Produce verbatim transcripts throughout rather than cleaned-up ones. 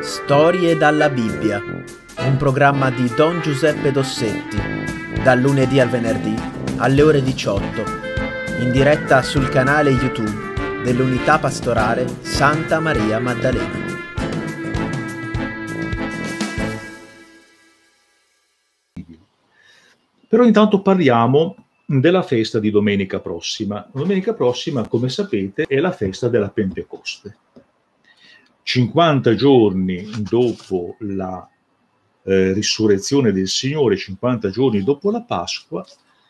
Storie dalla Bibbia, un programma di Don Giuseppe Dossetti, dal lunedì al venerdì alle ore diciotto, in diretta sul canale YouTube dell'Unità Pastorale Santa Maria Maddalena. Però intanto parliamo della festa di domenica prossima. Domenica prossima, come sapete, è la festa della Pentecoste. cinquanta giorni dopo la eh, risurrezione del Signore, cinquanta giorni dopo la Pasqua,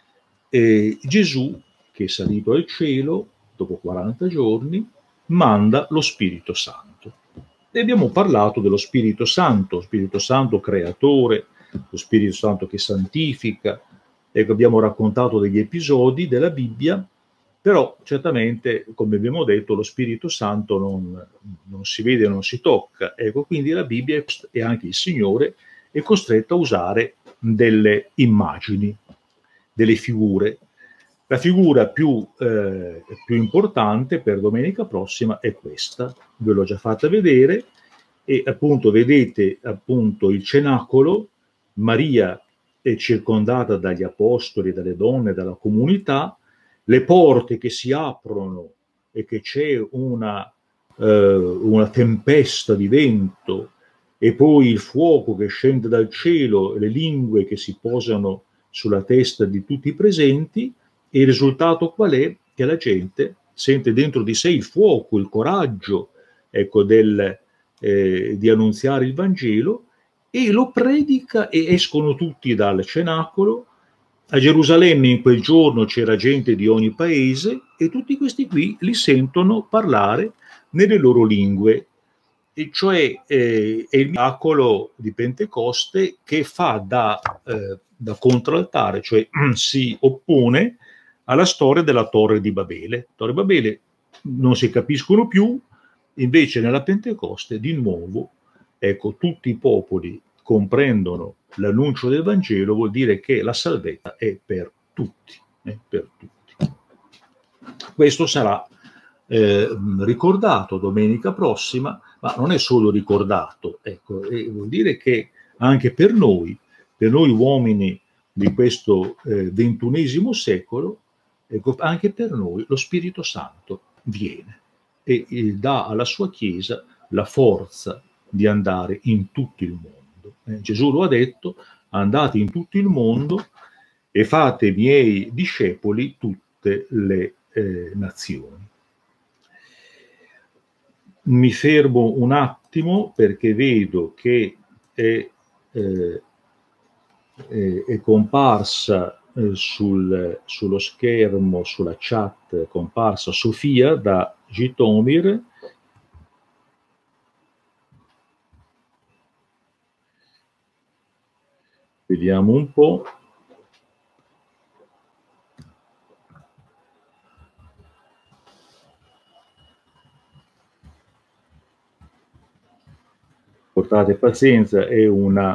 eh, Gesù, che è salito al cielo, dopo quaranta giorni, manda lo Spirito Santo. E abbiamo parlato dello Spirito Santo, lo Spirito Santo creatore, lo Spirito Santo che santifica. Ecco, abbiamo raccontato degli episodi della Bibbia, però certamente, come abbiamo detto, lo Spirito Santo non, non si vede, non si tocca. Ecco, quindi la Bibbia e anche il Signore è costretto a usare delle immagini, delle figure. La figura più, eh, più importante per domenica prossima è questa, ve l'ho già fatta vedere, e appunto vedete appunto il cenacolo, Maria è circondata dagli apostoli, dalle donne, dalla comunità, le porte che si aprono e che c'è una, eh, una tempesta di vento e poi il fuoco che scende dal cielo, le lingue che si posano sulla testa di tutti i presenti, e il risultato qual è? Che la gente sente dentro di sé il fuoco, il coraggio, ecco, del, eh, di annunziare il Vangelo, e lo predica e escono tutti dal cenacolo. A Gerusalemme in quel giorno c'era gente di ogni paese e tutti questi qui li sentono parlare nelle loro lingue, e cioè eh, è il miracolo di Pentecoste che fa da, eh, da contraltare, cioè si oppone alla storia della Torre di Babele. Torre di Babele non si capiscono più, invece nella Pentecoste di nuovo, ecco, tutti i popoli comprendono l'annuncio del Vangelo, vuol dire che la salvezza è per tutti, è per tutti. Questo sarà eh, ricordato domenica prossima, ma non è solo ricordato, ecco, e vuol dire che anche per noi, per noi uomini di questo eh, ventunesimo secolo, ecco, anche per noi lo Spirito Santo viene e, e dà alla sua Chiesa la forza di andare in tutto il mondo. Eh, Gesù lo ha detto: andate in tutto il mondo e fate miei discepoli tutte le eh, nazioni. Mi fermo un attimo perché vedo che è, eh, è, è comparsa eh, sul, sullo schermo, sulla chat, è comparsa Sofia da Jitomir. Vediamo un po'. Portate pazienza, è una,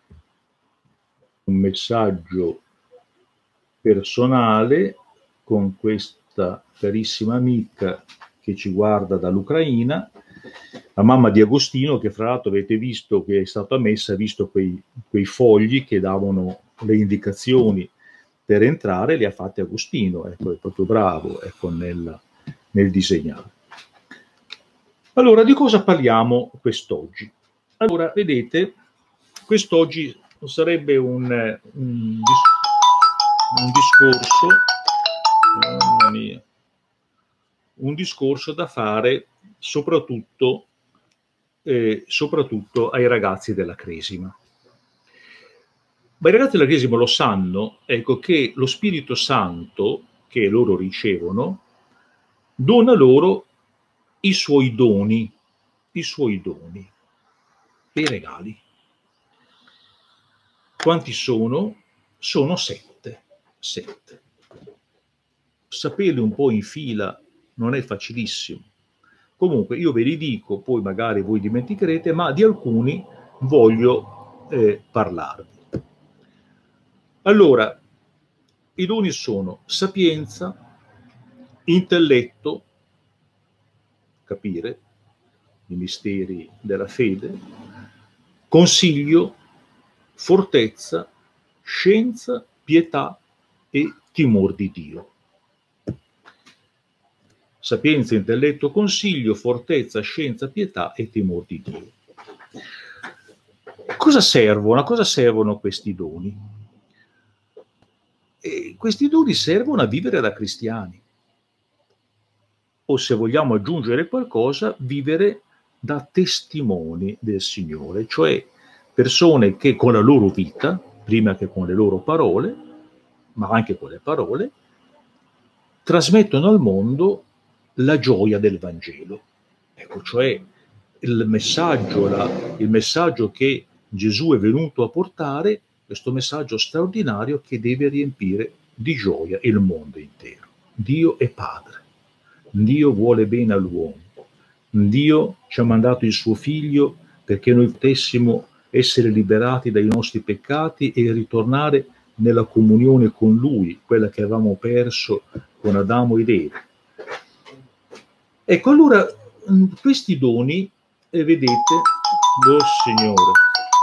un messaggio personale con questa carissima amica che ci guarda dall'Ucraina, la mamma di Agostino, che fra l'altro avete visto che è stata messa, ha visto quei, quei fogli che davano le indicazioni per entrare, le ha fatte Agostino, ecco, è proprio bravo, ecco, nel, nel disegnare. Allora, di cosa parliamo quest'oggi? Allora, vedete, quest'oggi sarebbe un, un, un discorso, mamma mia, un discorso da fare soprattutto, eh, soprattutto ai ragazzi della Cresima. Ma i ragazzi della Cresima lo sanno, ecco, che lo Spirito Santo che loro ricevono dona loro i suoi doni, i suoi doni, dei regali. Quanti sono? Sono sette. Sette. Saperli un po' in fila non è facilissimo. Comunque io ve li dico, poi magari voi dimenticherete, ma di alcuni voglio eh, parlarvi. Allora, i doni sono sapienza, intelletto, capire i misteri della fede, consiglio, fortezza, scienza, pietà e timor di Dio. Sapienza, intelletto, consiglio, fortezza, scienza, pietà e timor di Dio. Cosa servono? A cosa servono questi doni? E questi doni servono a vivere da cristiani, o se vogliamo aggiungere qualcosa, vivere da testimoni del Signore, cioè persone che con la loro vita, prima che con le loro parole, ma anche con le parole, trasmettono al mondo la gioia del Vangelo. Ecco, cioè il messaggio, la, il messaggio che Gesù è venuto a portare, questo messaggio straordinario che deve riempire di gioia il mondo intero. Dio è Padre, Dio vuole bene all'uomo, Dio ci ha mandato il suo Figlio perché noi potessimo essere liberati dai nostri peccati e ritornare nella comunione con Lui, quella che avevamo perso con Adamo ed Eva. Ecco, allora, questi doni, eh, vedete, oh Signore,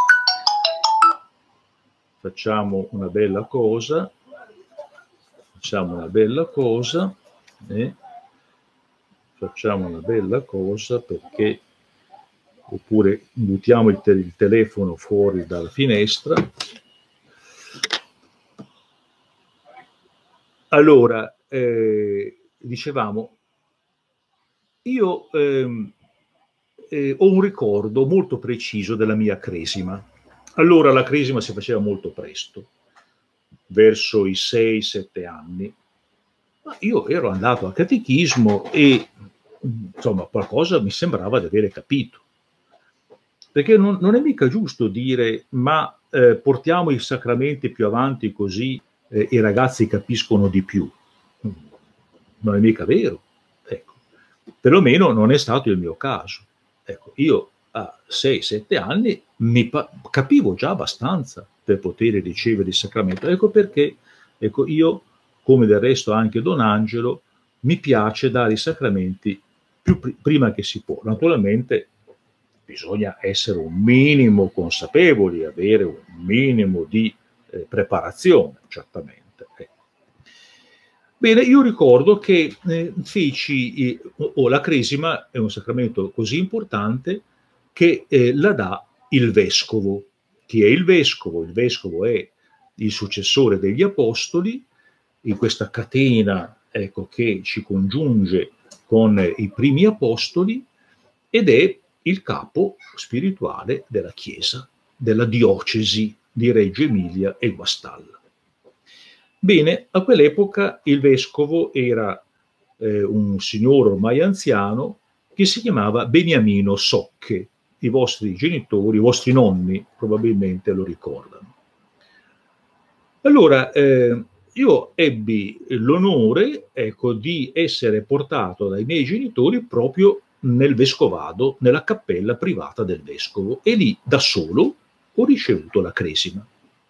facciamo una bella cosa, facciamo una bella cosa, eh? facciamo una bella cosa perché, oppure buttiamo il, te il telefono fuori dalla finestra. Allora, eh, dicevamo, io ehm, eh, ho un ricordo molto preciso della mia cresima. Allora la cresima si faceva molto presto, verso i sei sette anni. Ma io ero andato a catechismo e insomma qualcosa mi sembrava di avere capito. Perché non, non è mica giusto dire ma eh, portiamo i sacramenti più avanti così eh, i ragazzi capiscono di più. Non è mica vero. Ecco. Perlomeno non è stato il mio caso. Ecco, io a sei sette anni mi capivo già abbastanza per poter ricevere il sacramento. Ecco perché ecco, io, come del resto anche Don Angelo, mi piace dare i sacramenti più pr prima che si può. Naturalmente bisogna essere un minimo consapevoli, avere un minimo di eh, preparazione, certamente. Eh. Bene, io ricordo che eh, feci, eh, o la cresima è un sacramento così importante che eh, la dà il vescovo. Chi è il vescovo? Il vescovo è il successore degli apostoli, in questa catena ecco, che ci congiunge con eh, i primi apostoli, ed è il capo spirituale della Chiesa, della diocesi di Reggio Emilia e Guastalla. Bene, a quell'epoca il vescovo era eh, un signore ormai anziano che si chiamava Beniamino Socche. I vostri genitori, i vostri nonni probabilmente lo ricordano. Allora, eh, io ebbi l'onore ecco, di essere portato dai miei genitori proprio nel vescovado, nella cappella privata del vescovo, e lì da solo ho ricevuto la cresima.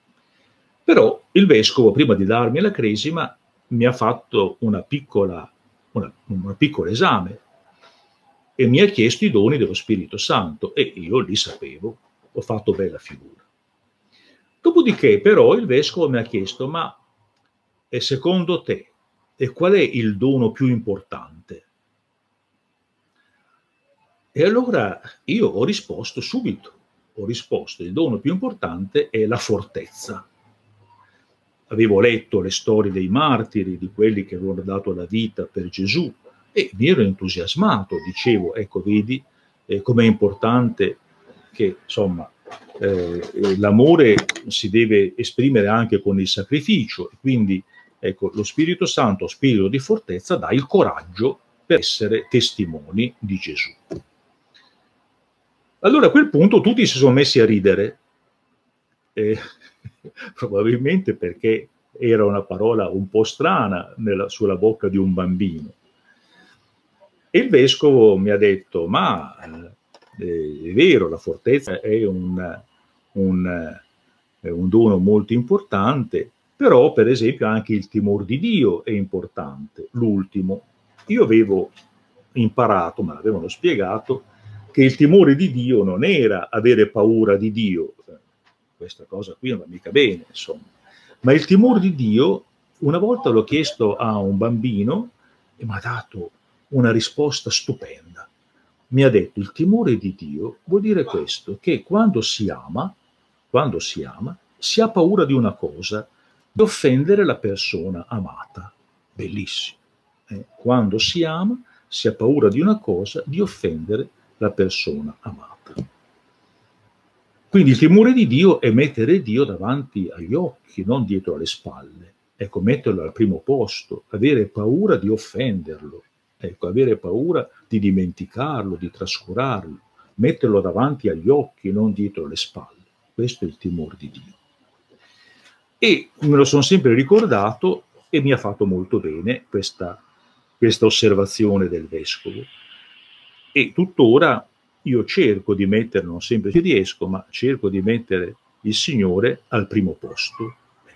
Però il vescovo, prima di darmi la cresima, mi ha fatto una piccola, una, un piccolo esame e mi ha chiesto i doni dello Spirito Santo e io li sapevo, ho fatto bella figura. Dopodiché però il vescovo mi ha chiesto, ma e secondo te e qual è il dono più importante? E allora io ho risposto subito, ho risposto, il dono più importante è la fortezza. Avevo letto le storie dei martiri, di quelli che avevano dato la vita per Gesù, e mi ero entusiasmato, dicevo, ecco, vedi eh, com'è importante che, insomma, eh, l'amore si deve esprimere anche con il sacrificio, e quindi, ecco, lo Spirito Santo, spirito di fortezza, dà il coraggio per essere testimoni di Gesù. Allora a quel punto tutti si sono messi a ridere, eh, probabilmente perché era una parola un po' strana nella, sulla bocca di un bambino. E il vescovo mi ha detto, ma eh, è vero, la fortezza è un, un, è un dono molto importante, però per esempio anche il timore di Dio è importante, l'ultimo. Io avevo imparato, me l'avevano spiegato, che il timore di Dio non era avere paura di Dio, questa cosa qui non va mica bene, insomma, ma il timore di Dio, una volta l'ho chiesto a un bambino e mi ha dato una risposta stupenda. Mi ha detto: il timore di Dio vuol dire questo, che quando si ama, quando si ama, si ha paura di una cosa, di offendere la persona amata. Bellissimo. Eh? Quando si ama, si ha paura di una cosa, di offendere la persona amata. Quindi il timore di Dio è mettere Dio davanti agli occhi, non dietro alle spalle. Ecco, metterlo al primo posto, avere paura di offenderlo, ecco, avere paura di dimenticarlo, di trascurarlo, metterlo davanti agli occhi, non dietro le spalle. Questo è il timore di Dio. E me lo sono sempre ricordato e mi ha fatto molto bene questa, questa osservazione del vescovo. E tuttora io cerco di mettere, non sempre ci riesco, ma cerco di mettere il Signore al primo posto.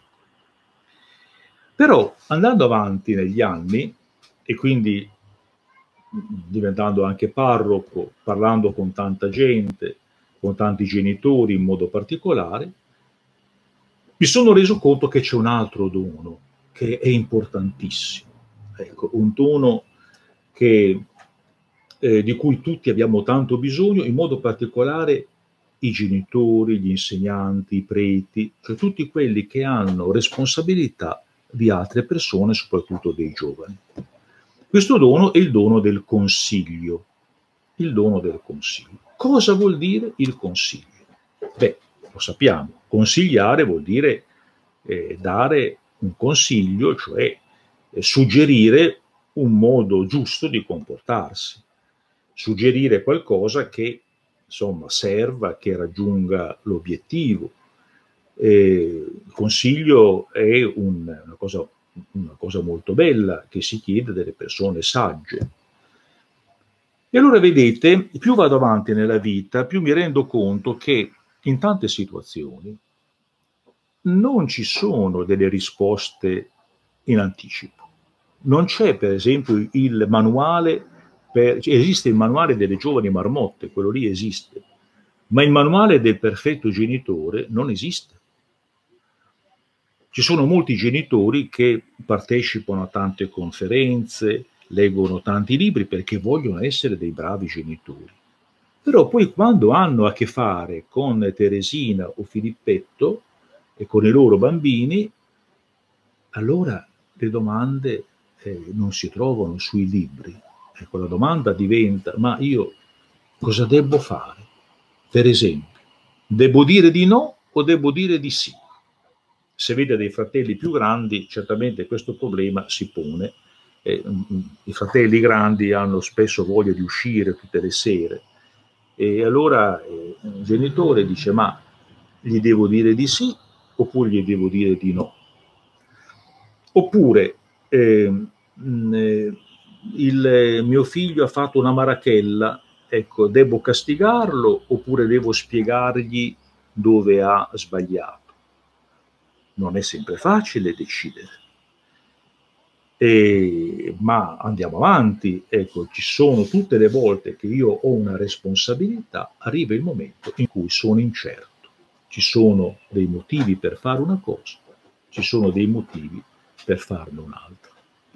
Però andando avanti negli anni, e quindi diventando anche parroco, parlando con tanta gente, con tanti genitori in modo particolare, mi sono reso conto che c'è un altro dono che è importantissimo. Ecco, un dono che, eh, di cui tutti abbiamo tanto bisogno, in modo particolare i genitori, gli insegnanti, i preti, cioè tutti quelli che hanno responsabilità di altre persone, soprattutto dei giovani. Questo dono è il dono del consiglio. Il dono del consiglio. Cosa vuol dire il consiglio? Beh, lo sappiamo, consigliare vuol dire eh, dare un consiglio, cioè eh, suggerire un modo giusto di comportarsi, suggerire qualcosa che insomma serva, che raggiunga l'obiettivo. Eh, il consiglio è un, una, cosa, una cosa molto bella che si chiede delle persone sagge. E allora vedete, più vado avanti nella vita, più mi rendo conto che in tante situazioni non ci sono delle risposte in anticipo. Non c'è, per esempio, il manuale, per, cioè, esiste il manuale delle giovani marmotte, quello lì esiste, ma il manuale del perfetto genitore non esiste. Ci sono molti genitori che partecipano a tante conferenze, leggono tanti libri perché vogliono essere dei bravi genitori. Però poi quando hanno a che fare con Teresina o Filippetto e con i loro bambini, allora le domande eh, non si trovano sui libri. Ecco, la domanda diventa: ma io cosa devo fare? Per esempio, devo dire di no o devo dire di sì? Se vede dei fratelli più grandi, certamente questo problema si pone. Eh, I fratelli grandi hanno spesso voglia di uscire tutte le sere, e allora eh, un genitore dice: ma gli devo dire di sì oppure gli devo dire di no? Oppure eh, mh, il mio figlio ha fatto una marachella, ecco, devo castigarlo oppure devo spiegargli dove ha sbagliato? Non è sempre facile decidere. E, ma andiamo avanti, ecco, ci sono tutte le volte che io ho una responsabilità, arriva il momento in cui sono incerto. Ci sono dei motivi per fare una cosa, ci sono dei motivi per farne un'altra.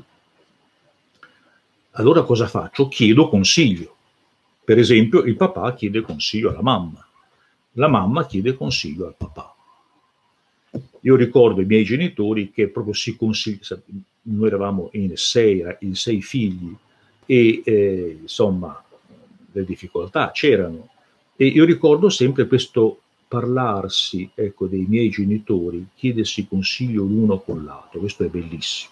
Allora cosa faccio? Chiedo consiglio. Per esempio, il papà chiede consiglio alla mamma, la mamma chiede consiglio al papà. Io ricordo i miei genitori che proprio si consigliano. Noi eravamo in sei, in sei figli e eh, insomma le difficoltà c'erano, e io ricordo sempre questo parlarsi, ecco, dei miei genitori, chiedersi consiglio l'uno con l'altro. Questo è bellissimo.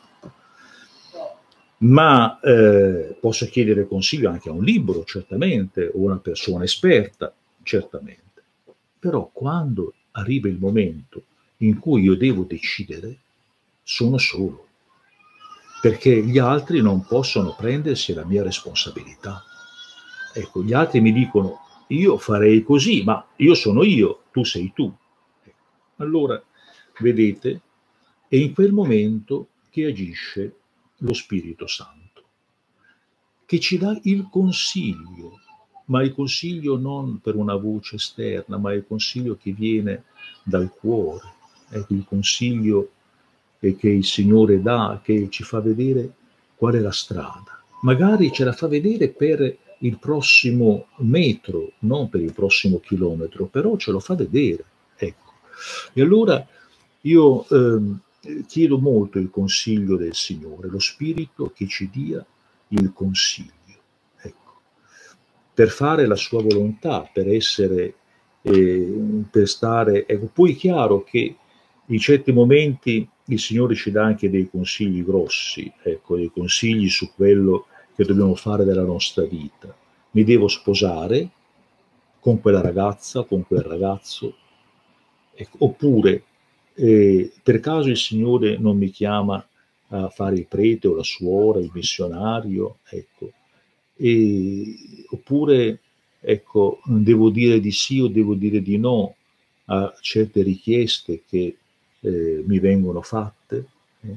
Ma eh, posso chiedere consiglio anche a un libro, certamente, o a una persona esperta, certamente. Però quando arriva il momento in cui io devo decidere, sono solo, perché gli altri non possono prendersi la mia responsabilità. Ecco, gli altri mi dicono: io farei così, ma io sono io, tu sei tu. Ecco. Allora, vedete, è in quel momento che agisce lo Spirito Santo, che ci dà il consiglio, ma il consiglio non per una voce esterna, ma il consiglio che viene dal cuore. Ecco, il consiglio che il Signore dà, che ci fa vedere qual è la strada. Magari ce la fa vedere per il prossimo metro, non per il prossimo chilometro, però ce lo fa vedere. Ecco. E allora io ehm, chiedo molto il consiglio del Signore, lo Spirito che ci dia il consiglio, ecco, per fare la sua volontà, per essere, eh, per stare. Ecco. Poi è chiaro che in certi momenti il Signore ci dà anche dei consigli grossi, ecco, dei consigli su quello che dobbiamo fare della nostra vita. Mi devo sposare con quella ragazza, con quel ragazzo, ecco, oppure eh, per caso il Signore non mi chiama a fare il prete o la suora, il missionario, ecco, e, oppure ecco, devo dire di sì o devo dire di no a certe richieste che eh, mi vengono fatte. Eh.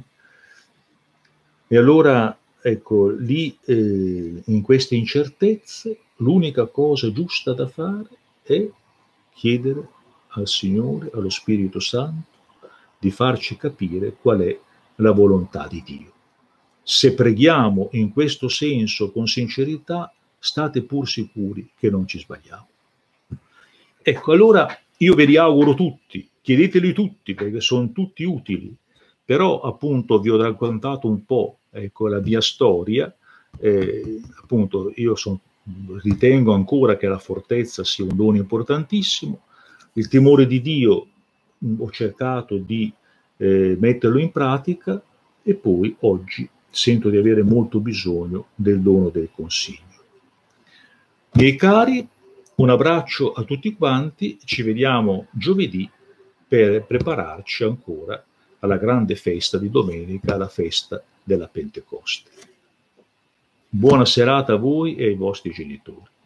E allora, ecco, lì eh, in queste incertezze l'unica cosa giusta da fare è chiedere al Signore, allo Spirito Santo, di farci capire qual è la volontà di Dio. Se preghiamo in questo senso con sincerità, state pur sicuri che non ci sbagliamo. Ecco, allora io ve li auguro tutti, chiedeteli tutti perché sono tutti utili, però appunto vi ho raccontato un po', ecco, la mia storia, eh, appunto io son, ritengo ancora che la fortezza sia un dono importantissimo, il timore di Dio mh, ho cercato di eh, metterlo in pratica e poi oggi sento di avere molto bisogno del dono del consiglio. Miei cari, un abbraccio a tutti quanti, ci vediamo giovedì per prepararci ancora alla grande festa di domenica, la festa della Pentecoste. Buona serata a voi e ai vostri genitori.